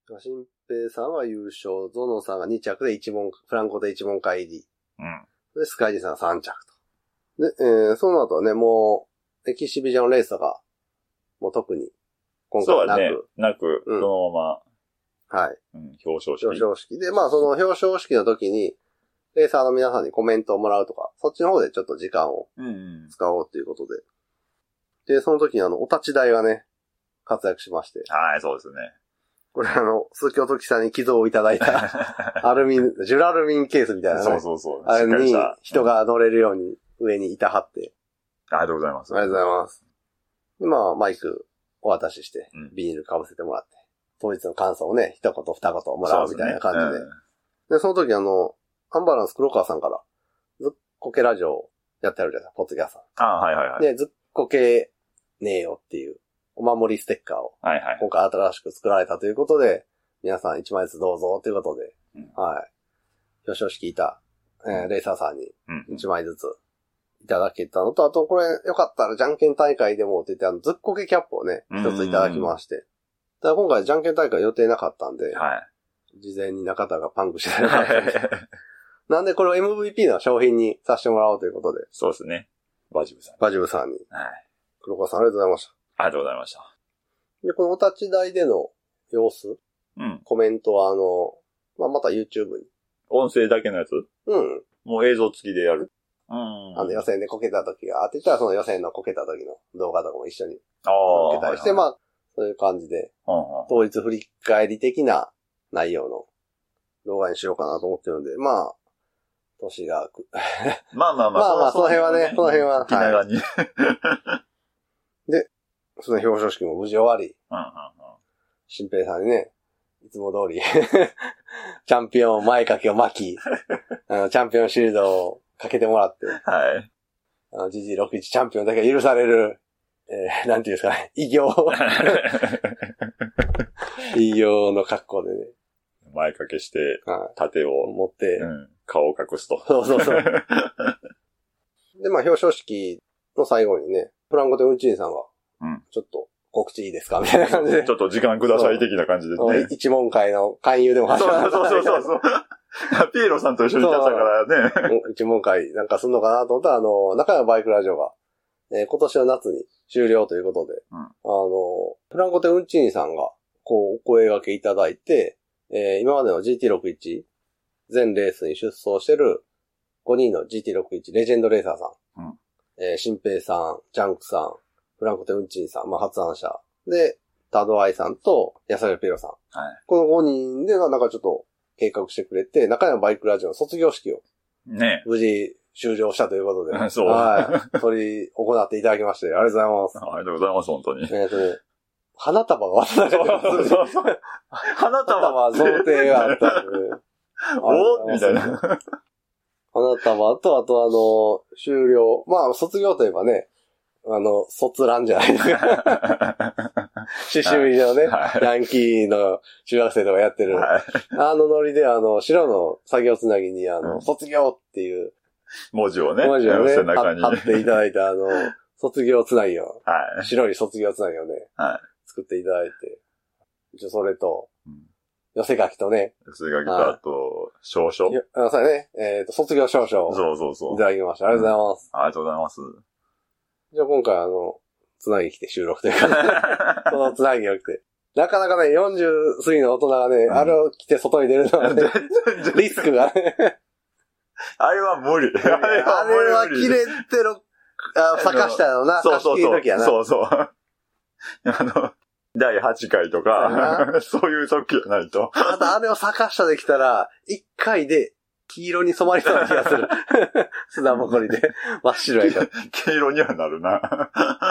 新平さんは優勝、ゾノさんが2着でフランコで1問回入り。 うん。 で、スカイジーさんが3着と。で、その後はね、もう、エキシビジョンレースとか、もう特に、今回はなく。 そうだね。なく、そのまま、はい。 表彰式。 表彰式で、まあその表彰式の時に、レーサーの皆さんにコメントをもらうとか、そっちの方でちょっと時間を使おうということで。で、その時にお立ち台がね、活躍しまして。 はい、そうですね。 これ鈴木音樹さんに寄贈いただいた、ジュラルミンケースみたいなね。 そう。 あれに人が乗れるように上に板張って。 ありがとうございます。 ありがとうございます。で、まあ、マイクお渡しして、ビニール被せてもらって、当日の感想をね、一言二言もらうみたいな感じで。で、その時アンバランス黒川さんから、ずっこけラジオやってあるじゃないですか、ポッドキャストさん。 はい。 で、ずっこけねえよっていう、お守りステッカーを、今回新しく作られたということで、皆さん1枚ずつどうぞということで、はい。表彰式いた、レーサーさんに1枚ずついただけたのと、あとこれよかったらじゃんけん大会でもって言ってずっこけキャップをね、一ついただきまして。ただ今回じゃんけん大会予定なかったんで、事前に中田がパンクしてなかったんで。なんでこれを MVP の商品にさせてもらおうということで。 そうですね。バジブさんに。 はい。黒川さんありがとうございました。 ありがとうございました。 で、このお立ち台での様子、コメントはまた YouTube に。 音声だけのやつ？もう映像付きでやる。 予選でこけた時があって言ったらその予選のこけた時の動画とかも一緒にこけたりして、まあ、そういう感じで、当日振り返り的な内容の動画にしようかなと思ってるので、まあ、年がまあ、 その辺はね、 気長に。 で、その表彰式も無事終わり、新平さんにね、いつも通りチャンピオン前掛けを巻き、チャンピオンシールドをかけてもらって、GG61 チャンピオンだけ許される、なんていうんですかね、異形の格好でね。 前掛けして、盾を持って、 顔を隠すと。 そう。で、まあ表彰式の最後にね、フランコとウンチーンさんが、ちょっと告知いいですかみたいな感じで。 ちょっと時間ください的な感じですね。 一問会の勧誘でも始まった。 そう。ピエロさんと一緒にいたからね。 一問会なんかすんのかなと思ったら、中山バイクラジオが、今年の夏に終了ということで、フランコとウンチーンさんが、お声掛けいただいて、今までの GT61 全レースに出走してる5人の GT61 レジェンドレーサーさん。新平さん、ジャンクさん、フランコテウンチンさん、まあ発案者。で、タドアイさんと、ヤサヨピロさん。この5人で、なんかちょっと計画してくれて、中山バイクラジオの卒業式を。無事終了したということで。 そう。 それ行っていただきまして、ありがとうございます。 ありがとうございます、本当に。 花束が渡されてそう。花束贈呈があったんで。 おみたいな。 花束と、あと終了。まあ、卒業といえばね、卒ランじゃないですか。刺繍入りのね、ヤンキーの中学生とかやってる。ノリで白の作業つなぎに卒業っていう文字をね、 背中に貼っていただいた卒業つなぎを、白い卒業つなぎをね、作っていただいて、一応それと、寄せ書きとね。 寄せ書きと、あと、証書。 そうね、卒業証書を。 そう。 いただきました。ありがとうございます。 ありがとうございます。 じゃあ今回つなぎ来て収録というか、そのつなぎを来て。なかなかね、40過ぎの大人がね、あれを着て外に出るのはね、リスクがね。 あれは無理。 あれは切れてる、坂下のな、貸し切り時やな。 そう。第8回とか、そういう時じゃないと。 またあれを坂下で来たら、1回で黄色に染まりそうな気がする。砂ぼこりで。真っ白やから。 黄色にはなるな。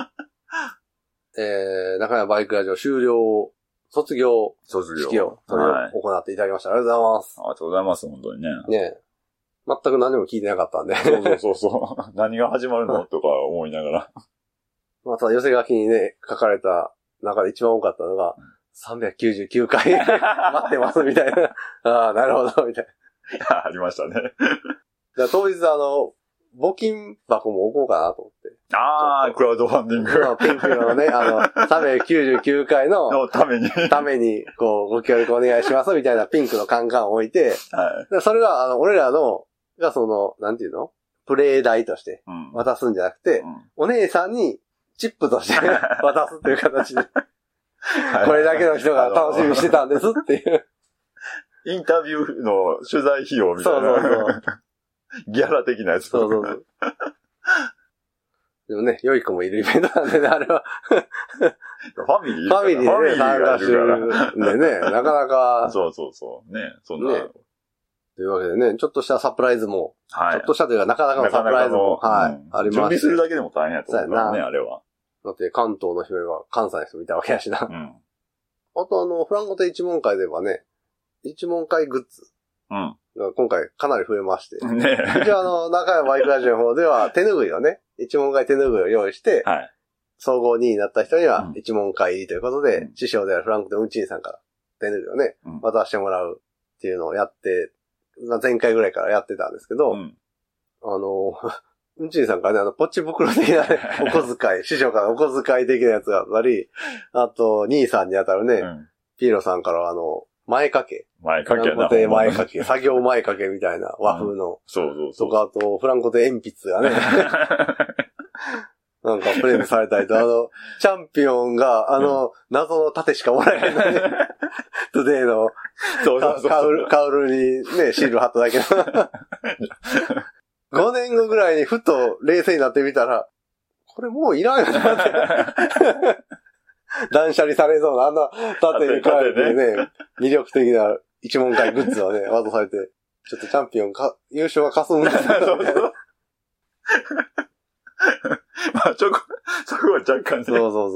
中山バイクラジオ終了、卒業式を、それを行っていただきました。ありがとうございます。 ありがとうございます、本当にね。 ね全く何も聞いてなかったんで。 そう。何が始まるのとか思いながら。 また寄せ書きにね、書かれた中で一番多かったのが、399回待ってますみたいな。ああ、なるほど、みたいな。 ありましたね。 当日募金箱も置こうかなと思って。 ああ、クラウドファンディング。 ピンクのね、399回のために、こう、ご協力お願いしますみたいなピンクのカンカンを置いて、はい、それは、俺らの、なんていうのプレイ代として渡すんじゃなくて、お姉さんにチップとして渡すっていう形で、これだけの人が楽しみにしてたんですっていう。 インタビューの取材費用みたいな。そう。ギャラ的なやつ。そう。 でもね、良い子もいるイベントなんでね、あれは。 ファミリーでね、参加してるんでね、なかなか。 そう。ね、そんな。 ね。というわけでね、ちょっとしたサプライズも、ちょっとしたというか、なかなかのサプライズも、あります。 準備するだけでも大変やと思うからね、あれは。 だって関東の人よりは関西の人見たわけやしな。あとフランゴテ一問会ではね、一問会グッズ。今回かなり増えまして。ね一応中山バイクラジオの方では手拭いをね、一問会手拭いを用意して、総合2位になった人には一問会入りということで、師匠であるフランゴテウンチンさんから手拭いをね、渡してもらうっていうのをやって、前回ぐらいからやってたんですけど、うんちんさんからね、ポッチ袋的なね、お小遣い、師匠からお小遣い的なやつがあったり、あと、兄さんにあたるね、ピーロさんから前掛け。 前掛けな。 前掛け、作業前掛けみたいな和風の。 そう。 とか、あと、フランコテ鉛筆がね、なんかプレゼントされたりと、チャンピオンが、謎の盾しかもらえないね。トゥデイの、カウルにね、シール貼っただけの。5年後ぐらいにふと冷静になってみたら、これもういらんよなって。断捨離されそうな、盾に変えてね、魅力的な一問会グッズをね、渡されて、ちょっとチャンピオン優勝は霞むんだそうまあ、そこは若干ね。 そう。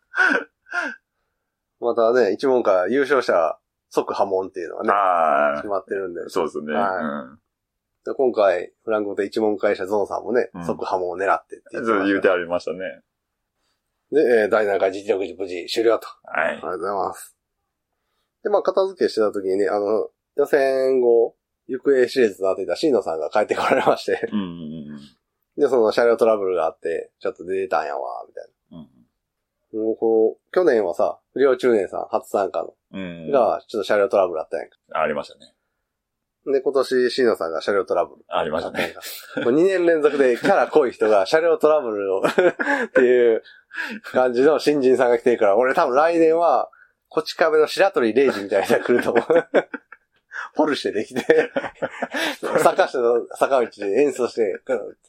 またね、一問会優勝者即破門っていうのがね、決まってるんで。 そうですね。 で今回、フランコテ一問会社ゾンさんもね、即破門を狙ってって言ってありましたね。 で、第7回実力無事終了と。 はい。 ありがとうございます。で、まあ、片付けしてた時にね、予選後、行方シリーズとなっていた椎野さんが帰ってこられまして。で、その車両トラブルがあって、ちょっと出てたんやわ、みたいな。もう去年はさ、不良中年さん初参加の、が、ちょっと車両トラブルあったやんか。 ありましたね。 で、今年、椎野さんが車両トラブル。 ありましたね。 もう2年連続でキャラ濃い人が車両トラブルをっていう感じの新人さんが来てるから、俺多分来年は、こち亀の白鳥レイジみたいな人が来ると思う。ポルシェできて、坂下の坂道で演奏して、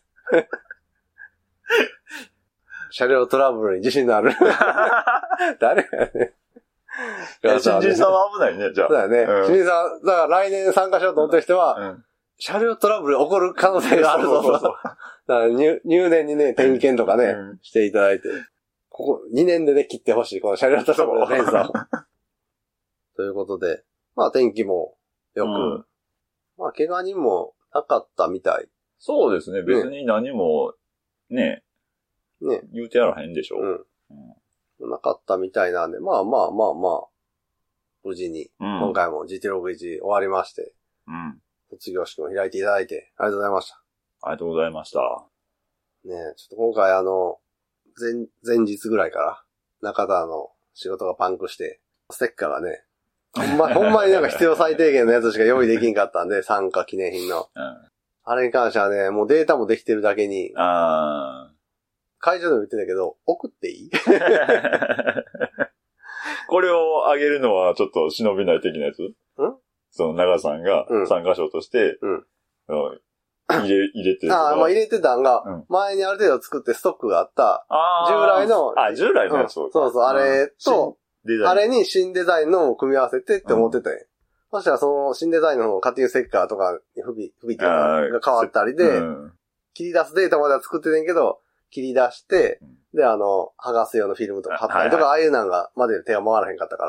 車両トラブルに自信のある。誰やね。 新人さんは危ないね、じゃあ。 そうだよね。新人さん、だから来年参加しようと思ってる人は、車両トラブル起こる可能性があるぞ。だから入念にね、点検とかね、していただいて、ここ2年でね、切ってほしい、この車両トラブルの連鎖を。ということで、まあ天気もよく、まあ怪我人もなかったみたい。 そうですね、別に何も、ね、言うてやらへんでしょ。 なかったみたいなんで、まあ、無事に、今回も GT61 終わりまして、卒業式も開いていただいて、ありがとうございました。 ありがとうございました。 ねえ、ちょっと今回前日ぐらいから、中田の仕事がパンクして、ステッカーがね、ほんまになんか必要最低限のやつしか用意できんかったんで、参加記念品の。あれに関してはね、もうデータもできてるだけに、会場でも言ってたけど、送っていいこれをあげるのはちょっと忍びない的なやつ？その長さんが参加賞として、入れてる。 まあ入れてたんが、前にある程度作ってストックがあった、従来の、 従来のやつ。 そう、あれと、あれに新デザインのを組み合わせてって思ってたよ。そしたらその新デザインのカッティングステッカーとかに不備っていうのが変わったりで、切り出すデータまでは作っててんけど、切り出して、で、剥がす用のフィルムとか貼ったりとか、ああいうのが、まで手が回らへんかったから。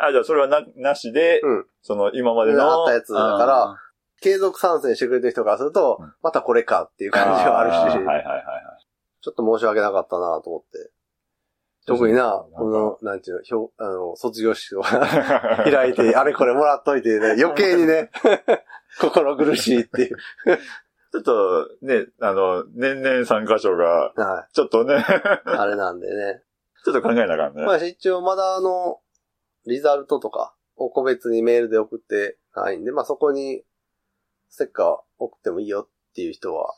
じゃあそれはなしで、その今までの。 あったやつだから、継続参戦してくれてる人からすると、またこれかっていう感じはあるし、ちょっと申し訳なかったなと思って。特にな、この、なんていうの、卒業式を開いて、あれこれもらっといてね、余計にね、心苦しいっていう。 ちょっとね、年々参加賞が、 はい。 ちょっとね、 あれなんでね。 ちょっと考えなあかんね。 まあ一応まだリザルトとかを個別にメールで送ってないんで、まあそこにステッカー送ってもいいよっていう人は、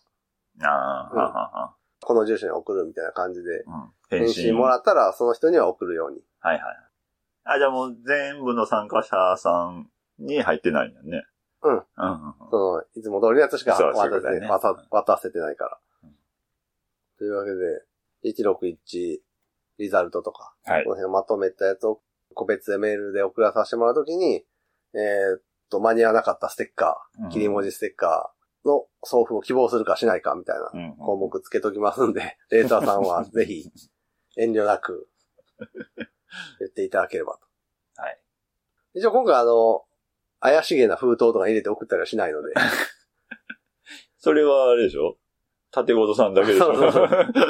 この住所に送るみたいな感じで、返信もらったらその人には送るように。 はいはい。じゃあもう全部の参加者さんに入ってないんだね。 うん。いつも通りのやつしか渡せてないから。というわけで、161リザルトとか、 はい、 この辺をまとめたやつを個別でメールで送らさせてもらうときに、間に合わなかったステッカー、切り文字ステッカーの送付を希望するかしないかみたいな項目つけときますんで、レーターさんはぜひ遠慮なく言っていただければと。 はい。 一応今回怪しげな封筒とか入れて送ったりはしないので。 それはあれでしょ？縦ごとさんだけでしょ？ そう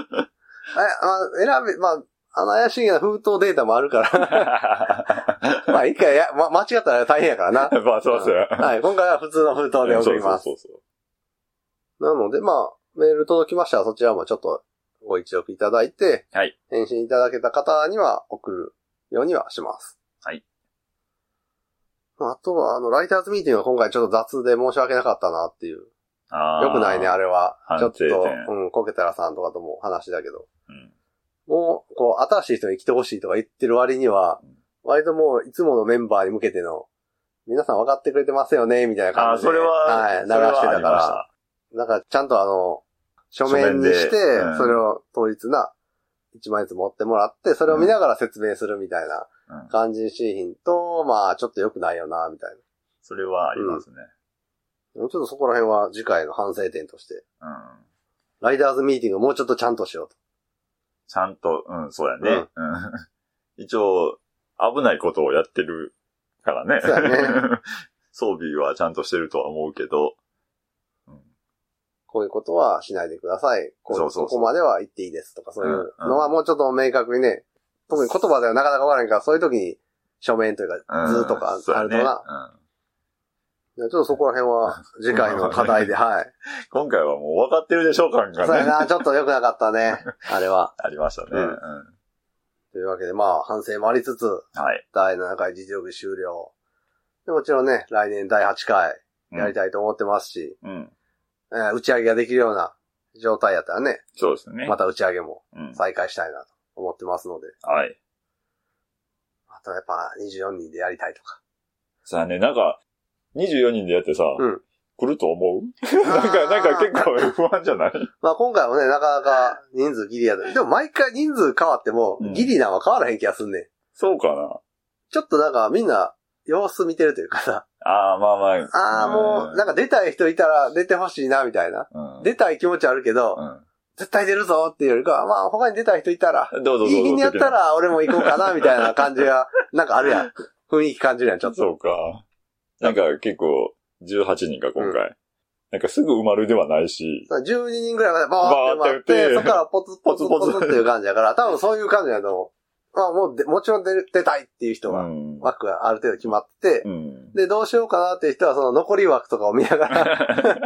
怪しげな封筒データもあるから。まあ一回間違ったら大変やからな。 まあそうそうや。 はい、今回は普通の封筒で送ります。そう。なのでまあ、メール届きましたらそちらもちょっとご一読いただいて、 はい。 返信いただけた方には送るようにはします。 はい。 あとはライターズミーティングは今回ちょっと雑で申し訳なかったなっていう。よくないね、あれは。ちょっと、コケタラさんとかとも話だけど。もう、新しい人に来てほしいとか言ってる割には、割ともう、いつものメンバーに向けての、皆さん分かってくれてますよね、みたいな感じで。 それは、 はい、流してたから。だから、ちゃんと書面にして、それを統一な、一枚ずつ持ってもらって、それを見ながら説明するみたいな感じにしひんと、まあ、ちょっと良くないよな、みたいな。 それはありますね。 ちょっとそこら辺は次回の反省点として。ライダーズミーティングをもうちょっとちゃんとしようと。 ちゃんと、そうやね。一応、危ないことをやってるからね。 そうやね。 装備はちゃんとしてるとは思うけど。 こういうことはしないでください。ここまでは言っていいですとか、そういうのはもうちょっと明確にね、特に言葉ではなかなかわからないから、そういう時に書面というか図とかあるとな。ちょっとそこら辺は次回の課題で、はい。 今回はもう分かってるでしょう感がね。 そうやな、ちょっと良くなかったね。あれは。 ありましたね。 というわけで、まあ、反省もありつつ、 はい。 第7回実力終了。でもちろんね、来年第8回やりたいと思ってますし、打ち上げができるような状態やったらね。 そうですね。 また打ち上げも再開したいなと思ってますので。 はい。 あとやっぱ24人でやりたいとか。 さあね、なんか、24人でやってさ、来ると思うなんか結構不安じゃない？ まあ今回もね、なかなか人数ギリやで。でも毎回人数変わっても、ギリなんは変わらへん気がすんねん。 そうかな。 ちょっとなんかみんな様子見てるというかさ。もう、なんか出たい人いたら出てほしいな、みたいな。出たい気持ちあるけど、絶対出るぞっていうよりか、まあ他に出たい人いたら、いい日にやったら俺も行こうかな、みたいな感じが、なんかあるやん。雰囲気感じるやん、ちょっと。 そうか。なんか結構、18人か今回。なんかすぐ埋まるではないし。 12人ぐらいまでバーって埋まって、そこからポツポツポツっていう感じだから、多分そういう感じだと思う。まあもちろん出たいっていう人は、枠がある程度決まってて、で、どうしようかなっていう人はその残り枠とかを見ながら、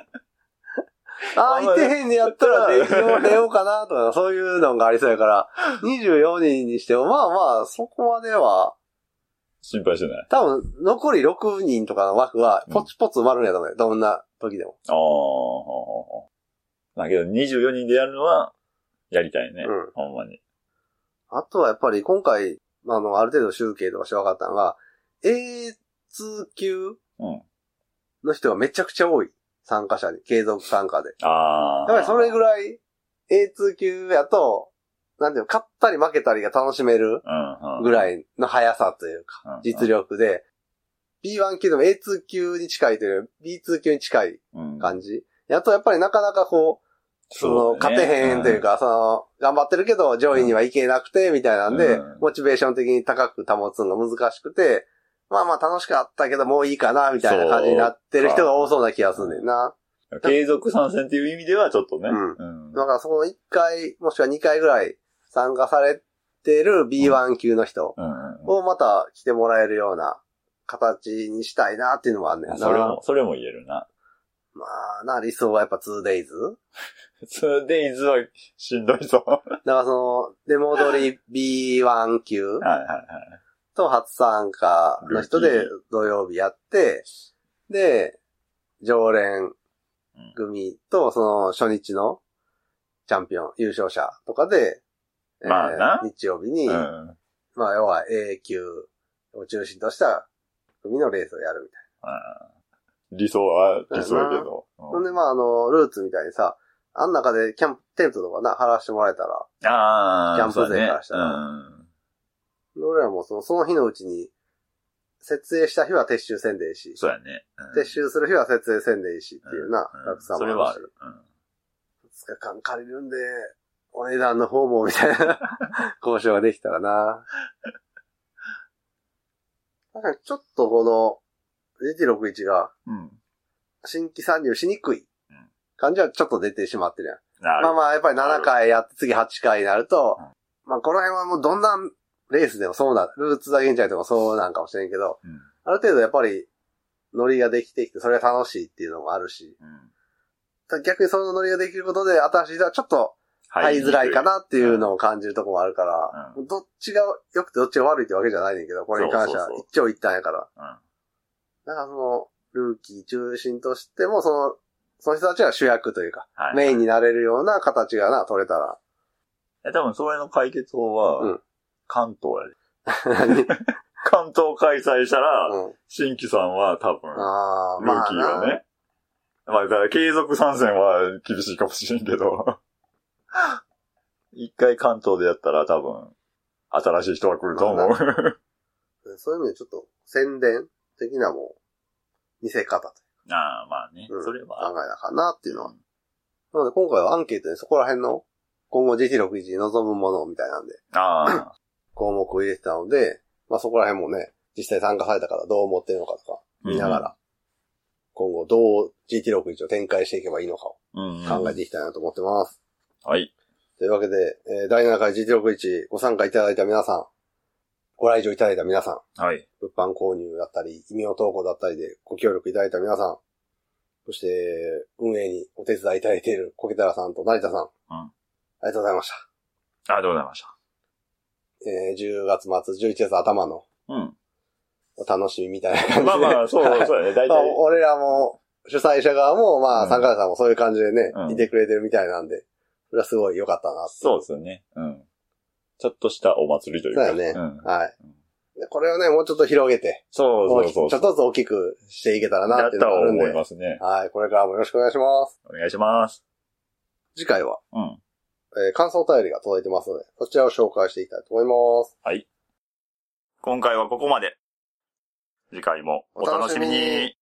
いてへんねやったら出ようかなとか、そういうのがありそうやから、24人にしても、まあまあ、そこまでは、 心配してない。 多分、残り6人とかの枠は、ポツポツ埋まるんやと思うよ。どんな時でも。 だけど、24人でやるのは、やりたいね。ほんまに。 あとはやっぱり、今回、ある程度集計とかして分かったのが、A2 級の人がめちゃくちゃ多い。参加者に、継続参加で。やっぱりそれぐらい、A2 級やと、なんていうの、勝ったり負けたりが楽しめるぐらいの速さというか、実力で、B1 級でも A2 級に近いというより B2 級に近い感じ。あとやっぱりなかなか勝てへんというか、頑張ってるけど上位には行けなくて、みたいなんで、モチベーション的に高く保つのが難しくて、まあまあ楽しかったけどもういいかな、みたいな感じになってる人が多そうな気がするんだよな。 継続参戦っていう意味ではちょっとね。 だからその1回、もしくは2回ぐらい参加されてる B1 級の人をまた来てもらえるような形にしたいなっていうのもあんねんな。 それも言えるな。 まあ、理想はやっぱ 2days? 2days はしんどいぞ。 だから出戻り B1 級はいはいはい。 と初参加の人で土曜日やって、で、常連組とその初日のチャンピオン、優勝者とかで、 まあな。 日曜日に、まあ要は A 級を中心とした組のレースをやるみたいな。 理想は理想やけど。 ほんでまあルーツみたいにさ、あん中でキャンプ、テントとかな、張らしてもらえたら、キャンプ勢からしたら、俺らもその日のうちに、設営した日は撤収せんでいいし、 そうやね。 撤収する日は設営せんでいいしっていうな、たくさんもあるし。 それはある。 2日間借りるんで、お値段の方もみたいな交渉ができたらな。確かにちょっとこの GT61 が新規参入しにくい感じはちょっと出てしまってるやん。まあまあやっぱり7回やって次8回になると、まあこの辺はもうどんなレースでもそうな、ルーツだけにちゃいとかそうなんかもしれんけど、ある程度やっぱりノリができてきてそれが楽しいっていうのもあるし、逆にそのノリができることで新しい人はちょっと入りづらいかなっていうのを感じるところもあるから、どっちが良くてどっちが悪いってわけじゃないねんけど、これに関しては一長一短やから。だからルーキー中心としてもその人たちが主役というか、メインになれるような形が取れたら。 多分それの解決法は、関東やで。関東開催したら、新規さんは多分、ルーキーはね。まあ、だから継続参戦は厳しいかもしれんけど。一回関東でやったら多分、新しい人が来ると思う。 そういう意味でちょっと宣伝的なも見せ方というか。 まあね。それは。 考えなあかんなっていうのは。なので今回はアンケートにそこら辺の今後 GT61 に望むものみたいなんで。項目を入れてたので、まあそこら辺もね、実際参加された方どう思ってるのかとか見ながら、今後どう GT61 を展開していけばいいのかを考えていきたいなと思ってます。 はい。 というわけで、第7回 GT61 ご参加いただいた皆さん、ご来場いただいた皆さん、物販購入だったり、異名投稿だったりでご協力いただいた皆さん、そして、運営にお手伝いいただいているコケタラさんと成田さん、ありがとうございました。 ありがとうございました。 10月末、11月頭の、お楽しみみたいな感じで。 まあ、そうだね。大体。 俺らも、主催者側も、まあ、参加者さんもそういう感じでね、いてくれてるみたいなんで、それはすごい良かったなって。 そうですよね。ちょっとしたお祭りというか。 そうやね。はい。これをね、もうちょっと広げて。ちょっとずつ大きくしていけたらなっていうのがあるんで。 やったと思いますね。 はい。これからもよろしくお願いします。 お願いします。 次回は、感想お便りが届いてますので、そちらを紹介していきたいと思います。 はい。今回はここまで。次回もお楽しみに。